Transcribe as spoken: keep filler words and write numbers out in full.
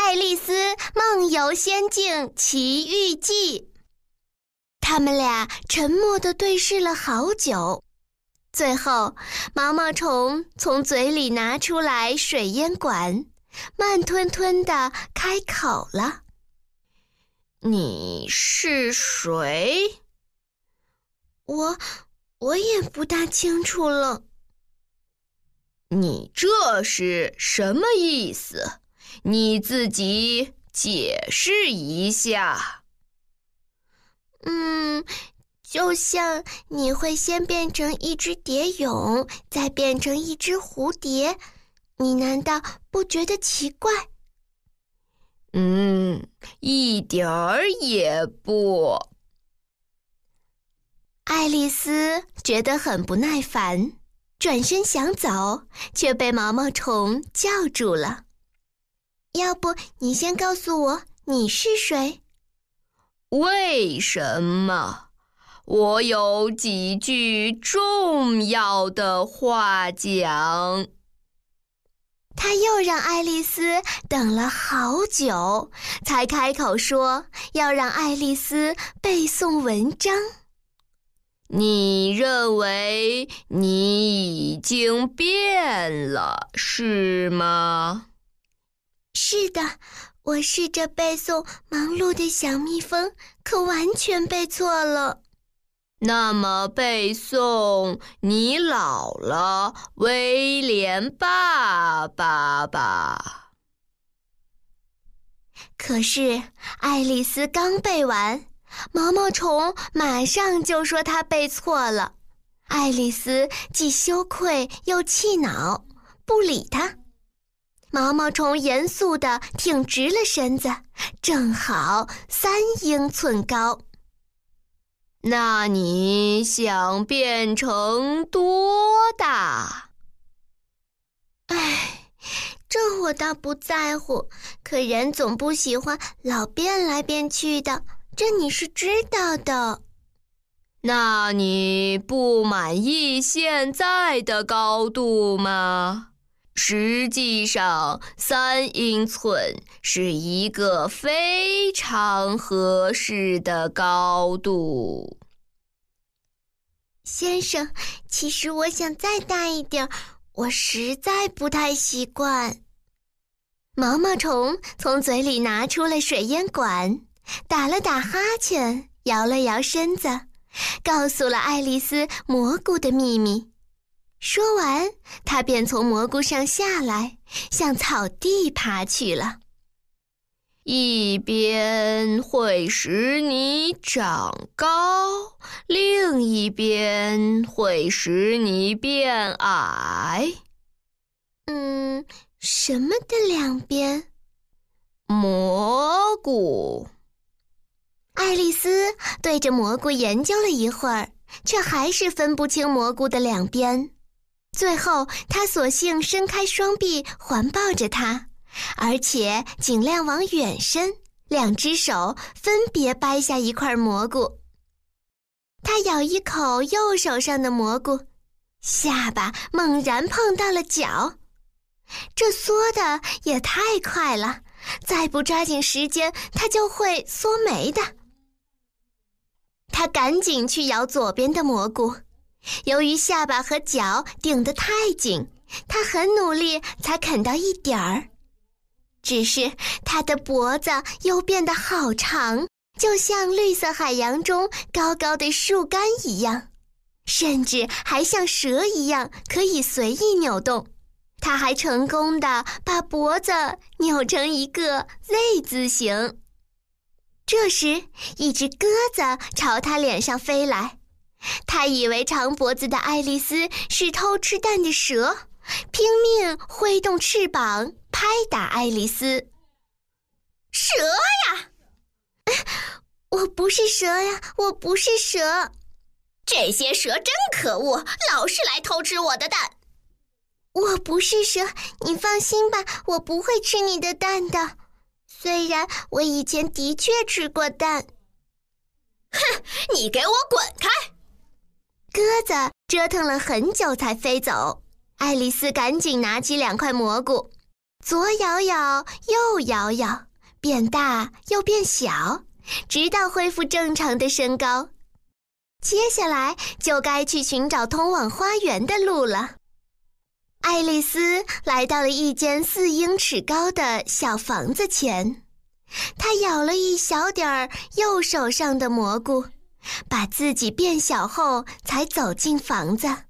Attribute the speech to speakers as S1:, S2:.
S1: 爱丽丝梦游仙境奇遇记》。他们俩沉默地对视了好久，最后毛毛虫从嘴里拿出来水烟管，慢吞吞地开口了：“
S2: 你是谁？”“
S1: 我我也不大清楚了。”“
S2: 你这是什么意思？你自己解释一下。”“
S1: 嗯，就像你会先变成一只蝶蛹，再变成一只蝴蝶，你难道不觉得奇怪？”“
S2: 嗯，一点儿也不。”
S1: 爱丽丝觉得很不耐烦，转身想走，却被毛毛虫叫住了。“要不你先告诉我你是谁？”“
S2: 为什么？我有几句重要的话讲。”
S1: 他又让爱丽丝等了好久，才开口说要让爱丽丝背诵文章。
S2: “你认为你已经变了，是吗？”“
S1: 是的，我试着背诵《忙碌的小蜜蜂》，可完全背错了。”“
S2: 那么背诵你老了，威廉爸爸吧。”
S1: 可是爱丽丝刚背完，毛毛虫马上就说她背错了。爱丽丝既羞愧又气恼，不理她。毛毛虫严肃地挺直了身子，正好三英寸高。“
S2: 那你想变成多大？”“
S1: 唉，这我倒不在乎，可人总不喜欢老变来变去的，这你是知道的。”“
S2: 那你不满意现在的高度吗？实际上，三英寸是一个非常合适的高度。”“
S1: 先生，其实我想再大一点，我实在不太习惯。”毛毛虫从嘴里拿出了水烟管，打了打哈欠，摇了摇身子，告诉了爱丽丝蘑菇的秘密。说完，他便从蘑菇上下来，向草地爬去了。
S2: “一边会使你长高，另一边会使你变矮。”“
S1: 嗯，什么的两边？”“
S2: 蘑菇。”
S1: 爱丽丝对着蘑菇研究了一会儿，却还是分不清蘑菇的两边。最后，她索性伸开双臂环抱着它，而且尽量往远伸，两只手分别掰下一块蘑菇。她咬一口右手上的蘑菇，下巴猛然碰到了脚，这缩的也太快了，再不抓紧时间，她就会缩没的。她赶紧去咬左边的蘑菇，由于下巴和脚顶得太紧，他很努力才啃到一点儿。只是他的脖子又变得好长，就像绿色海洋中高高的树干一样，甚至还像蛇一样可以随意扭动。他还成功地把脖子扭成一个 Z 字形。这时，一只鸽子朝他脸上飞来。他以为长脖子的爱丽丝是偷吃蛋的蛇，拼命挥动翅膀拍打爱丽丝。“蛇呀！”“我不是蛇呀，我不是蛇。”“
S3: 这些蛇真可恶，老是来偷吃我的蛋。”“
S1: 我不是蛇，你放心吧，我不会吃你的蛋的。虽然我以前的确吃过蛋。”“
S3: 哼，你给我滚开！”
S1: 鸽子折腾了很久才飞走，爱丽丝赶紧拿起两块蘑菇， 左咬咬，右咬咬，变大又变小，直到恢复正常的身高。接下来就该去寻找通往花园的路了。爱丽丝来到了一间四英尺高的小房子前，她咬了一小点儿右手上的蘑菇，把自己变小后才走进房子。